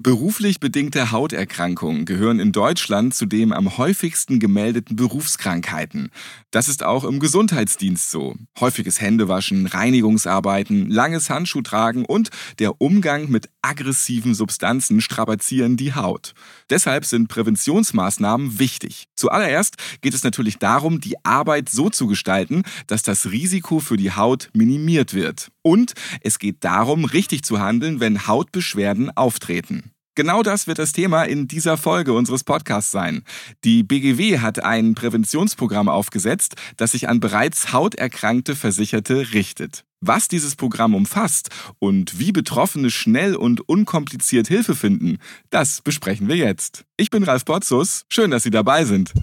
Beruflich bedingte Hauterkrankungen gehören in Deutschland zu den am häufigsten gemeldeten Berufskrankheiten. Das ist auch im Gesundheitsdienst so. Häufiges Händewaschen, Reinigungsarbeiten, langes Handschuhtragen und der Umgang mit aggressiven Substanzen strapazieren die Haut. Deshalb sind Präventionsmaßnahmen wichtig. Zuallererst geht es natürlich darum, die Arbeit so zu gestalten, dass das Risiko für die Haut minimiert wird. Und es geht darum, richtig zu handeln, wenn Hautbeschwerden auftreten. Genau das wird das Thema in dieser Folge unseres Podcasts sein. Die BGW hat ein Präventionsprogramm aufgesetzt, das sich an bereits hauterkrankte Versicherte richtet. Was dieses Programm umfasst und wie Betroffene schnell und unkompliziert Hilfe finden, das besprechen wir jetzt. Ich bin Ralf Potzus, schön, dass Sie dabei sind.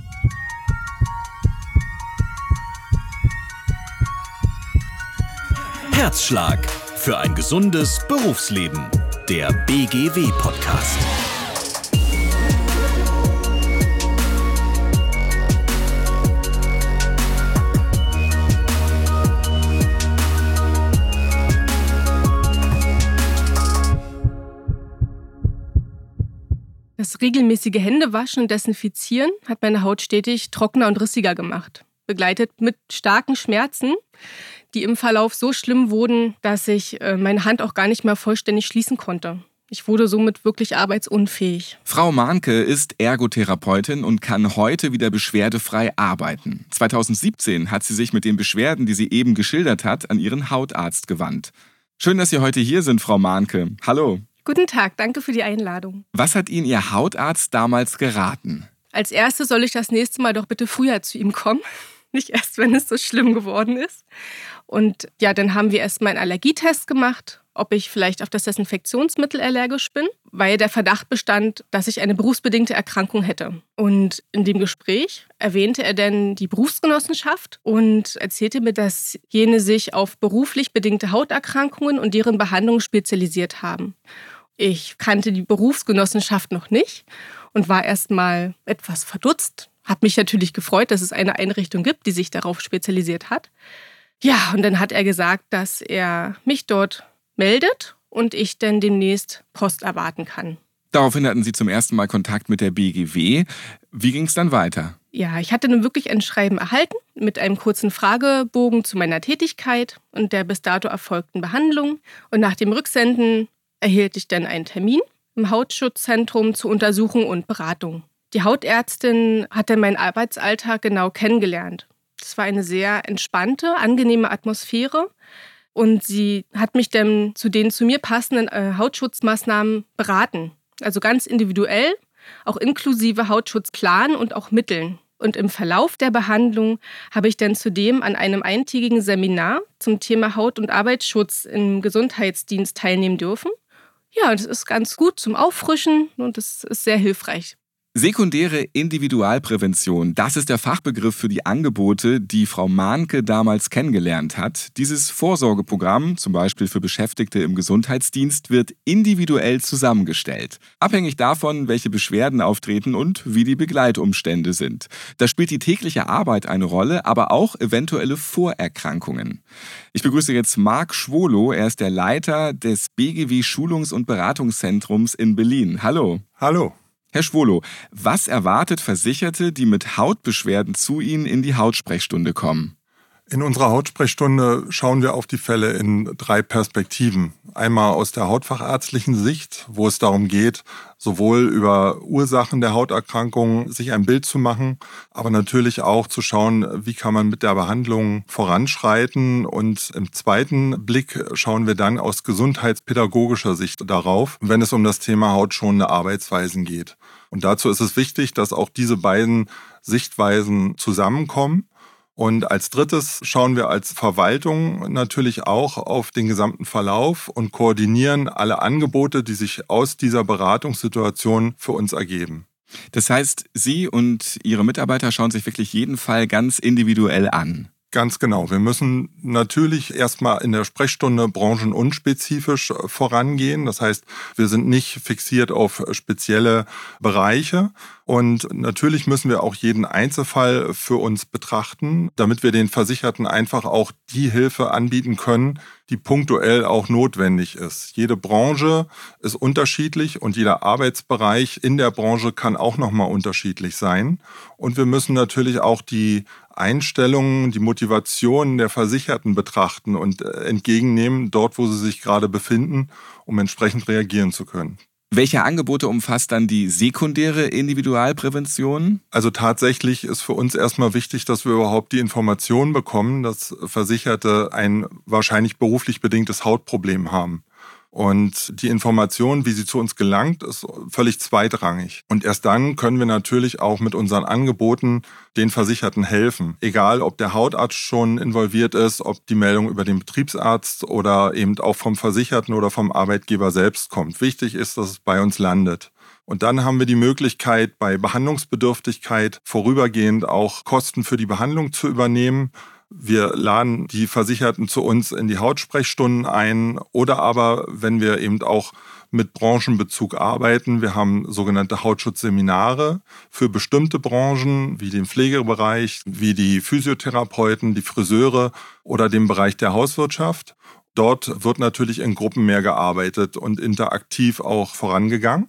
Herzschlag für ein gesundes Berufsleben. Der BGW-Podcast. Das regelmäßige Händewaschen und Desinfizieren hat meine Haut stetig trockener und rissiger gemacht, begleitet mit starken Schmerzen, die im Verlauf so schlimm wurden, dass ich meine Hand auch gar nicht mehr vollständig schließen konnte. Ich wurde somit wirklich arbeitsunfähig. Frau Mahnke ist Ergotherapeutin und kann heute wieder beschwerdefrei arbeiten. 2017 hat sie sich mit den Beschwerden, die sie eben geschildert hat, an ihren Hautarzt gewandt. Schön, dass Sie heute hier sind, Frau Mahnke. Hallo. Guten Tag, danke für die Einladung. Was hat Ihnen Ihr Hautarzt damals geraten? Als erstes soll ich das nächste Mal doch bitte früher zu ihm kommen. Nicht erst, wenn es so schlimm geworden ist. Und ja, dann haben wir erst mal einen Allergietest gemacht, ob ich vielleicht auf das Desinfektionsmittel allergisch bin, weil der Verdacht bestand, dass ich eine berufsbedingte Erkrankung hätte. Und in dem Gespräch erwähnte er dann die Berufsgenossenschaft und erzählte mir, dass jene sich auf beruflich bedingte Hauterkrankungen und deren Behandlung spezialisiert haben. Ich kannte die Berufsgenossenschaft noch nicht und war erst mal etwas verdutzt. Habe mich natürlich gefreut, dass es eine Einrichtung gibt, die sich darauf spezialisiert hat. Ja, und dann hat er gesagt, dass er mich dort meldet und ich dann demnächst Post erwarten kann. Daraufhin hatten Sie zum ersten Mal Kontakt mit der BGW. Wie ging es dann weiter? Ja, ich hatte dann wirklich ein Schreiben erhalten mit einem kurzen Fragebogen zu meiner Tätigkeit und der bis dato erfolgten Behandlung. Und nach dem Rücksenden erhielt ich dann einen Termin im Hautschutzzentrum zur Untersuchung und Beratung. Die Hautärztin hat dann meinen Arbeitsalltag genau kennengelernt. Es war eine sehr entspannte, angenehme Atmosphäre und sie hat mich dann zu den zu mir passenden Hautschutzmaßnahmen beraten. Also ganz individuell, auch inklusive Hautschutzplan und auch Mitteln. Und im Verlauf der Behandlung habe ich dann zudem an einem eintägigen Seminar zum Thema Haut- und Arbeitsschutz im Gesundheitsdienst teilnehmen dürfen. Ja, das ist ganz gut zum Auffrischen und das ist sehr hilfreich. Sekundäre Individualprävention, das ist der Fachbegriff für die Angebote, die Frau Mahnke damals kennengelernt hat. Dieses Vorsorgeprogramm, zum Beispiel für Beschäftigte im Gesundheitsdienst, wird individuell zusammengestellt. Abhängig davon, welche Beschwerden auftreten und wie die Begleitumstände sind. Da spielt die tägliche Arbeit eine Rolle, aber auch eventuelle Vorerkrankungen. Ich begrüße jetzt Marc Schwolow, er ist der Leiter des BGW Schulungs- und Beratungszentrums in Berlin. Hallo. Hallo. Herr Schwolow, was erwartet Versicherte, die mit Hautbeschwerden zu Ihnen in die Hautsprechstunde kommen? In unserer Hautsprechstunde schauen wir auf die Fälle in 3 Perspektiven. Einmal aus der hautfachärztlichen Sicht, wo es darum geht, sowohl über Ursachen der Hauterkrankungen sich ein Bild zu machen, aber natürlich auch zu schauen, wie kann man mit der Behandlung voranschreiten. Und im zweiten Blick schauen wir dann aus gesundheitspädagogischer Sicht darauf, wenn es um das Thema hautschonende Arbeitsweisen geht. Und dazu ist es wichtig, dass auch diese beiden Sichtweisen zusammenkommen. Und als drittes schauen wir als Verwaltung natürlich auch auf den gesamten Verlauf und koordinieren alle Angebote, die sich aus dieser Beratungssituation für uns ergeben. Das heißt, Sie und Ihre Mitarbeiter schauen sich wirklich jeden Fall ganz individuell an. Ganz genau. Wir müssen natürlich erstmal in der Sprechstunde branchenunspezifisch vorangehen. Das heißt, wir sind nicht fixiert auf spezielle Bereiche. Und natürlich müssen wir auch jeden Einzelfall für uns betrachten, damit wir den Versicherten einfach auch die Hilfe anbieten können, die punktuell auch notwendig ist. Jede Branche ist unterschiedlich und jeder Arbeitsbereich in der Branche kann auch nochmal unterschiedlich sein. Und wir müssen natürlich auch die Einstellungen, die Motivationen der Versicherten betrachten und entgegennehmen, dort wo sie sich gerade befinden, um entsprechend reagieren zu können. Welche Angebote umfasst dann die sekundäre Individualprävention? Also tatsächlich ist für uns erstmal wichtig, dass wir überhaupt die Information bekommen, dass Versicherte ein wahrscheinlich beruflich bedingtes Hautproblem haben. Und die Information, wie sie zu uns gelangt, ist völlig zweitrangig. Und erst dann können wir natürlich auch mit unseren Angeboten den Versicherten helfen. Egal, ob der Hautarzt schon involviert ist, ob die Meldung über den Betriebsarzt oder eben auch vom Versicherten oder vom Arbeitgeber selbst kommt. Wichtig ist, dass es bei uns landet. Und dann haben wir die Möglichkeit, bei Behandlungsbedürftigkeit vorübergehend auch Kosten für die Behandlung zu übernehmen. Wir laden die Versicherten zu uns in die Hautsprechstunden ein oder aber, wenn wir eben auch mit Branchenbezug arbeiten, wir haben sogenannte Hautschutzseminare für bestimmte Branchen, wie den Pflegebereich, wie die Physiotherapeuten, die Friseure oder den Bereich der Hauswirtschaft. Dort wird natürlich in Gruppen mehr gearbeitet und interaktiv auch vorangegangen.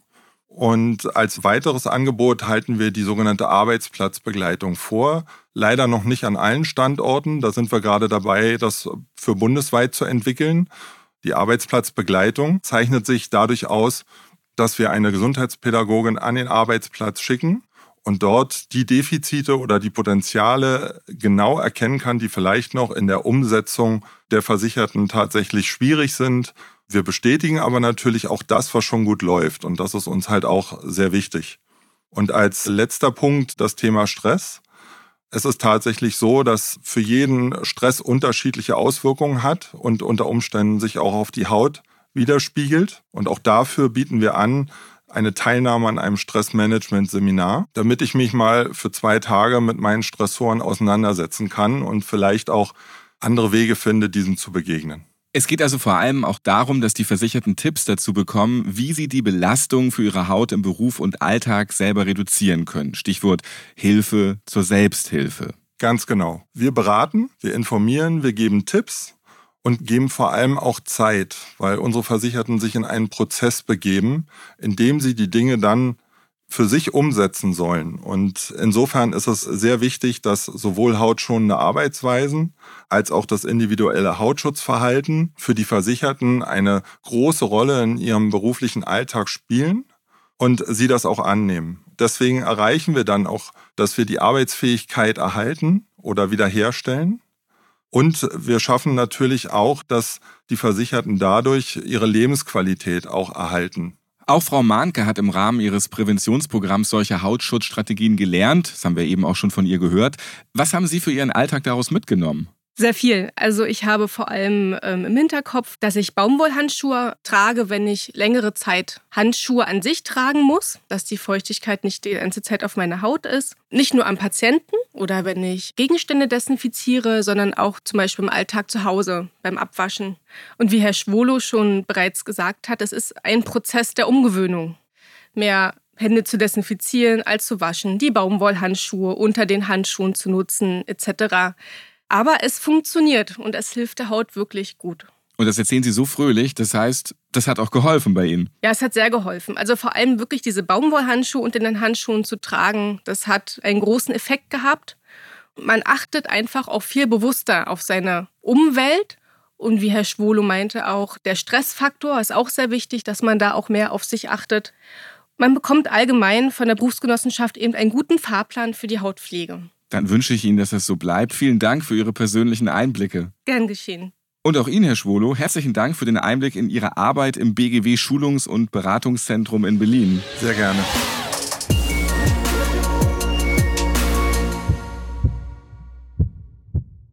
Und als weiteres Angebot halten wir die sogenannte Arbeitsplatzbegleitung vor. Leider noch nicht an allen Standorten. Da sind wir gerade dabei, das für bundesweit zu entwickeln. Die Arbeitsplatzbegleitung zeichnet sich dadurch aus, dass wir eine Gesundheitspädagogin an den Arbeitsplatz schicken und dort die Defizite oder die Potenziale genau erkennen kann, die vielleicht noch in der Umsetzung der Versicherten tatsächlich schwierig sind. Wir bestätigen aber natürlich auch das, was schon gut läuft. Und das ist uns halt auch sehr wichtig. Und als letzter Punkt das Thema Stress. Es ist tatsächlich so, dass für jeden Stress unterschiedliche Auswirkungen hat und unter Umständen sich auch auf die Haut widerspiegelt. Und auch dafür bieten wir an eine Teilnahme an einem Stressmanagement-Seminar, damit ich mich mal für 2 Tage mit meinen Stressoren auseinandersetzen kann und vielleicht auch andere Wege finde, diesen zu begegnen. Es geht also vor allem auch darum, dass die Versicherten Tipps dazu bekommen, wie sie die Belastung für ihre Haut im Beruf und Alltag selber reduzieren können. Stichwort Hilfe zur Selbsthilfe. Ganz genau. Wir beraten, wir informieren, wir geben Tipps und geben vor allem auch Zeit, weil unsere Versicherten sich in einen Prozess begeben, in dem sie die Dinge dann für sich umsetzen sollen. Und insofern ist es sehr wichtig, dass sowohl hautschonende Arbeitsweisen als auch das individuelle Hautschutzverhalten für die Versicherten eine große Rolle in ihrem beruflichen Alltag spielen und sie das auch annehmen. Deswegen erreichen wir dann auch, dass wir die Arbeitsfähigkeit erhalten oder wiederherstellen. Und wir schaffen natürlich auch, dass die Versicherten dadurch ihre Lebensqualität auch erhalten. Auch Frau Mahnke hat im Rahmen ihres Präventionsprogramms solche Hautschutzstrategien gelernt. Das haben wir eben auch schon von ihr gehört. Was haben Sie für Ihren Alltag daraus mitgenommen? Sehr viel. Also ich habe vor allem im Hinterkopf, dass ich Baumwollhandschuhe trage, wenn ich längere Zeit Handschuhe an sich tragen muss, dass die Feuchtigkeit nicht die ganze Zeit auf meiner Haut ist. Nicht nur am Patienten oder wenn ich Gegenstände desinfiziere, sondern auch zum Beispiel im Alltag zu Hause beim Abwaschen. Und wie Herr Schwolow schon bereits gesagt hat, es ist ein Prozess der Umgewöhnung. Mehr Hände zu desinfizieren als zu waschen, die Baumwollhandschuhe unter den Handschuhen zu nutzen etc. Aber es funktioniert und es hilft der Haut wirklich gut. Und das erzählen Sie so fröhlich, das heißt, das hat auch geholfen bei Ihnen? Ja, es hat sehr geholfen. Also vor allem wirklich diese Baumwollhandschuhe unter den Handschuhen zu tragen, das hat einen großen Effekt gehabt. Man achtet einfach auch viel bewusster auf seine Umwelt. Und wie Herr Schwolow meinte auch, der Stressfaktor ist auch sehr wichtig, dass man da auch mehr auf sich achtet. Man bekommt allgemein von der Berufsgenossenschaft eben einen guten Fahrplan für die Hautpflege. Dann wünsche ich Ihnen, dass das so bleibt. Vielen Dank für Ihre persönlichen Einblicke. Gern geschehen. Und auch Ihnen, Herr Schwolow, herzlichen Dank für den Einblick in Ihre Arbeit im BGW Schulungs- und Beratungszentrum in Berlin. Sehr gerne.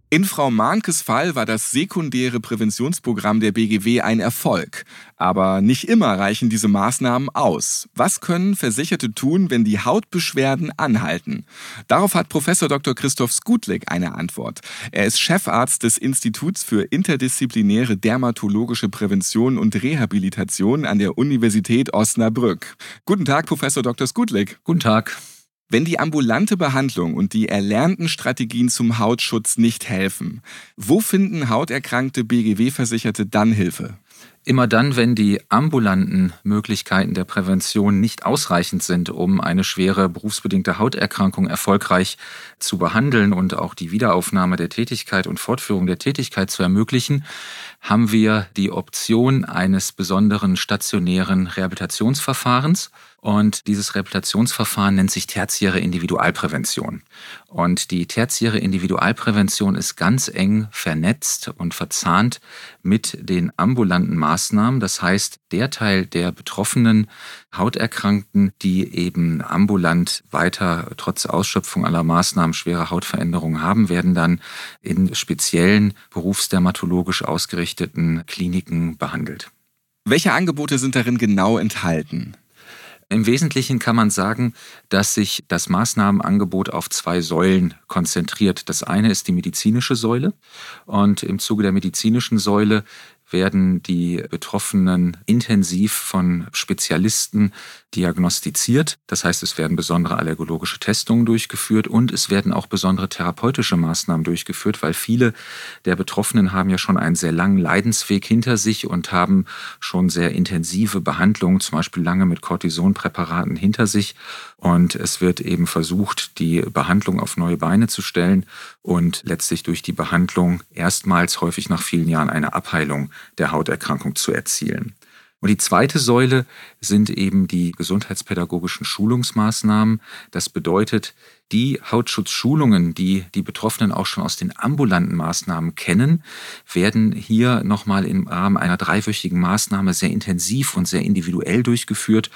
In Frau Mahnkes Fall war das sekundäre Präventionsprogramm der BGW ein Erfolg. Aber nicht immer reichen diese Maßnahmen aus. Was können Versicherte tun, wenn die Hautbeschwerden anhalten? Darauf hat Professor Dr. Christoph Skutlik eine Antwort. Er ist Chefarzt des Instituts für interdisziplinäre dermatologische Prävention und Rehabilitation an der Universität Osnabrück. Guten Tag, Professor Dr. Skutlik. Guten Tag. Wenn die ambulante Behandlung und die erlernten Strategien zum Hautschutz nicht helfen, wo finden hauterkrankte BGW-Versicherte dann Hilfe? Immer dann, wenn die ambulanten Möglichkeiten der Prävention nicht ausreichend sind, um eine schwere berufsbedingte Hauterkrankung erfolgreich zu behandeln und auch die Wiederaufnahme der Tätigkeit und Fortführung der Tätigkeit zu ermöglichen, haben wir die Option eines besonderen stationären Rehabilitationsverfahrens. Und dieses Rehabilitationsverfahren nennt sich tertiäre Individualprävention. Und die tertiäre Individualprävention ist ganz eng vernetzt und verzahnt mit den ambulanten Maßnahmen. Das heißt, der Teil der betroffenen Hauterkrankten, die eben ambulant weiter trotz Ausschöpfung aller Maßnahmen schwere Hautveränderungen haben, werden dann in speziellen berufsdermatologisch ausgerichteten Kliniken behandelt. Welche Angebote sind darin genau enthalten? Im Wesentlichen kann man sagen, dass sich das Maßnahmenangebot auf 2 Säulen konzentriert. Das eine ist die medizinische Säule und im Zuge der medizinischen Säule werden die Betroffenen intensiv von Spezialisten diagnostiziert. Das heißt, es werden besondere allergologische Testungen durchgeführt und es werden auch besondere therapeutische Maßnahmen durchgeführt, weil viele der Betroffenen haben ja schon einen sehr langen Leidensweg hinter sich und haben schon sehr intensive Behandlungen, zum Beispiel lange mit Cortisonpräparaten hinter sich. Und es wird eben versucht, die Behandlung auf neue Beine zu stellen und letztlich durch die Behandlung erstmals häufig nach vielen Jahren eine Abheilung der Hauterkrankung zu erzielen. Und die zweite Säule sind eben die gesundheitspädagogischen Schulungsmaßnahmen. Das bedeutet, die Hautschutzschulungen, die die Betroffenen auch schon aus den ambulanten Maßnahmen kennen, werden hier nochmal im Rahmen einer 3-wöchigen Maßnahme sehr intensiv und sehr individuell durchgeführt.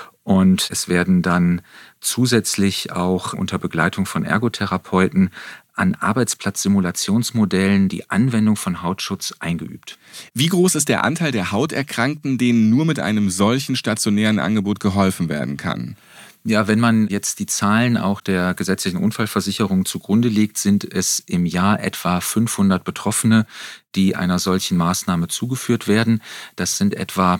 Und es werden dann zusätzlich auch unter Begleitung von Ergotherapeuten an Arbeitsplatzsimulationsmodellen die Anwendung von Hautschutz eingeübt. Wie groß ist der Anteil der Hauterkrankten, denen nur mit einem solchen stationären Angebot geholfen werden kann? Ja, wenn man jetzt die Zahlen auch der gesetzlichen Unfallversicherung zugrunde legt, sind es im Jahr etwa 500 Betroffene, die einer solchen Maßnahme zugeführt werden. Das sind etwa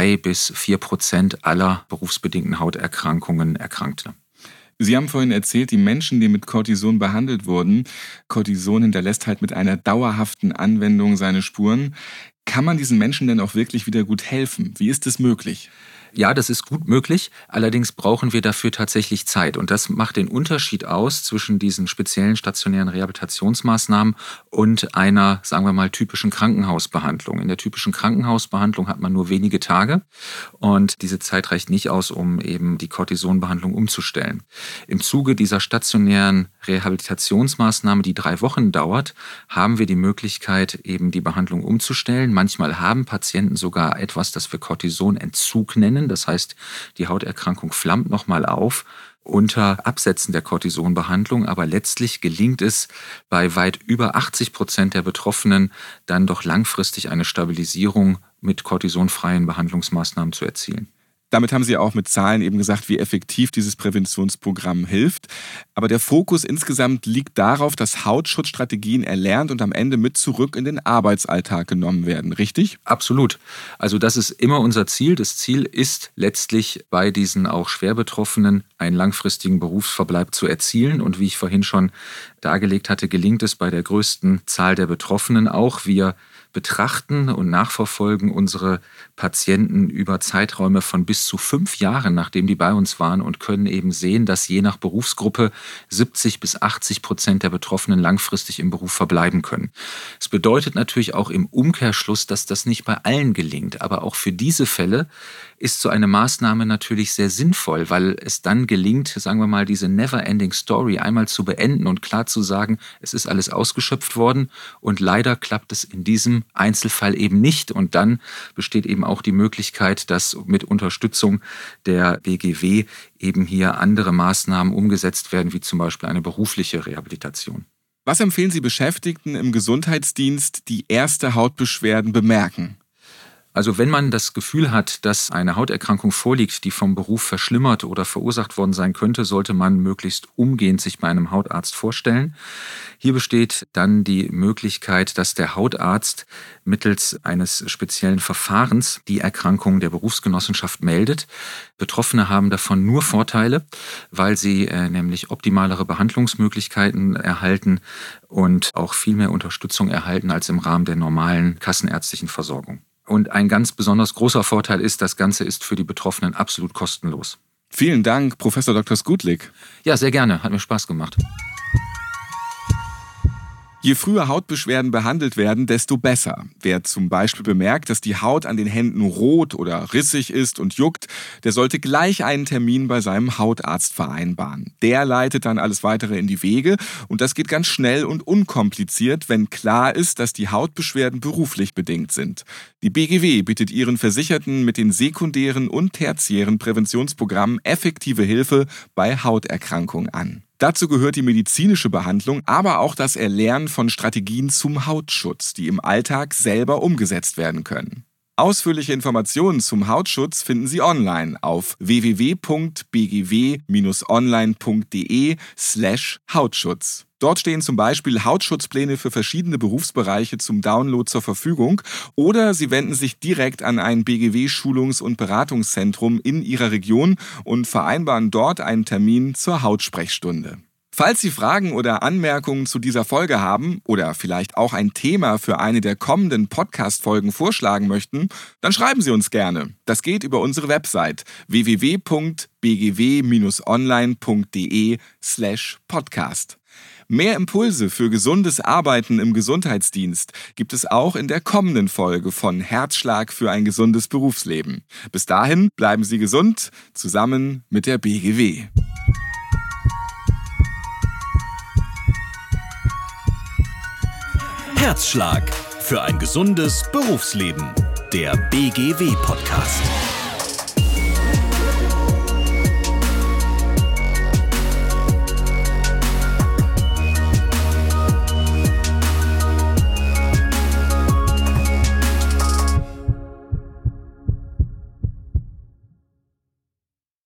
3-4% aller berufsbedingten Hauterkrankungen Erkrankte. Sie haben vorhin erzählt, die Menschen, die mit Cortison behandelt wurden, Cortison hinterlässt halt mit einer dauerhaften Anwendung seine Spuren. Kann man diesen Menschen denn auch wirklich wieder gut helfen? Wie ist es möglich? Ja, das ist gut möglich. Allerdings brauchen wir dafür tatsächlich Zeit. Und das macht den Unterschied aus zwischen diesen speziellen stationären Rehabilitationsmaßnahmen und einer, sagen wir mal, typischen Krankenhausbehandlung. In der typischen Krankenhausbehandlung hat man nur wenige Tage und diese Zeit reicht nicht aus, um eben die Cortisonbehandlung umzustellen. Im Zuge dieser stationären Rehabilitationsmaßnahme, die 3 Wochen dauert, haben wir die Möglichkeit, eben die Behandlung umzustellen. Manchmal haben Patienten sogar etwas, das wir Cortisonentzug nennen. Das heißt, die Hauterkrankung flammt nochmal auf unter Absetzen der Cortisonbehandlung. Aber letztlich gelingt es bei weit über 80% der Betroffenen dann doch langfristig eine Stabilisierung mit cortisonfreien Behandlungsmaßnahmen zu erzielen. Damit haben Sie auch mit Zahlen eben gesagt, wie effektiv dieses Präventionsprogramm hilft. Aber der Fokus insgesamt liegt darauf, dass Hautschutzstrategien erlernt und am Ende mit zurück in den Arbeitsalltag genommen werden, richtig? Absolut. Also das ist immer unser Ziel. Das Ziel ist letztlich bei diesen auch schwer Betroffenen einen langfristigen Berufsverbleib zu erzielen. Und wie ich vorhin schon dargelegt hatte, gelingt es bei der größten Zahl der Betroffenen auch. Wir betrachten und nachverfolgen unsere Patienten über Zeiträume von bis zu 5 Jahren, nachdem die bei uns waren, und können eben sehen, dass je nach Berufsgruppe 70-80% der Betroffenen langfristig im Beruf verbleiben können. Es bedeutet natürlich auch im Umkehrschluss, dass das nicht bei allen gelingt. Aber auch für diese Fälle ist so eine Maßnahme natürlich sehr sinnvoll, weil es dann gelingt, sagen wir mal, diese Never-Ending Story einmal zu beenden und klar zu sagen, es ist alles ausgeschöpft worden und leider klappt es in diesem Einzelfall eben nicht. Und dann besteht eben auch die Möglichkeit, dass mit Unterstützung der BGW eben hier andere Maßnahmen umgesetzt werden, wie zum Beispiel eine berufliche Rehabilitation. Was empfehlen Sie Beschäftigten im Gesundheitsdienst, die erste Hautbeschwerden bemerken? Also wenn man das Gefühl hat, dass eine Hauterkrankung vorliegt, die vom Beruf verschlimmert oder verursacht worden sein könnte, sollte man möglichst umgehend sich bei einem Hautarzt vorstellen. Hier besteht dann die Möglichkeit, dass der Hautarzt mittels eines speziellen Verfahrens die Erkrankung der Berufsgenossenschaft meldet. Betroffene haben davon nur Vorteile, weil sie nämlich optimalere Behandlungsmöglichkeiten erhalten und auch viel mehr Unterstützung erhalten als im Rahmen der normalen kassenärztlichen Versorgung. Und ein ganz besonders großer Vorteil ist, das Ganze ist für die Betroffenen absolut kostenlos. Vielen Dank, Professor Dr. Skutlik. Ja, sehr gerne. Hat mir Spaß gemacht. Je früher Hautbeschwerden behandelt werden, desto besser. Wer zum Beispiel bemerkt, dass die Haut an den Händen rot oder rissig ist und juckt, der sollte gleich einen Termin bei seinem Hautarzt vereinbaren. Der leitet dann alles Weitere in die Wege und das geht ganz schnell und unkompliziert, wenn klar ist, dass die Hautbeschwerden beruflich bedingt sind. Die BGW bietet ihren Versicherten mit den sekundären und tertiären Präventionsprogrammen effektive Hilfe bei Hauterkrankungen an. Dazu gehört die medizinische Behandlung, aber auch das Erlernen von Strategien zum Hautschutz, die im Alltag selber umgesetzt werden können. Ausführliche Informationen zum Hautschutz finden Sie online auf www.bgw-online.de/Hautschutz. Dort stehen zum Beispiel Hautschutzpläne für verschiedene Berufsbereiche zum Download zur Verfügung oder Sie wenden sich direkt an ein BGW-Schulungs- und Beratungszentrum in Ihrer Region und vereinbaren dort einen Termin zur Hautsprechstunde. Falls Sie Fragen oder Anmerkungen zu dieser Folge haben oder vielleicht auch ein Thema für eine der kommenden Podcast-Folgen vorschlagen möchten, dann schreiben Sie uns gerne. Das geht über unsere Website www.bgw-online.de/podcast. Mehr Impulse für gesundes Arbeiten im Gesundheitsdienst gibt es auch in der kommenden Folge von Herzschlag für ein gesundes Berufsleben. Bis dahin bleiben Sie gesund, zusammen mit der BGW. Herzschlag für ein gesundes Berufsleben. Der BGW-Podcast.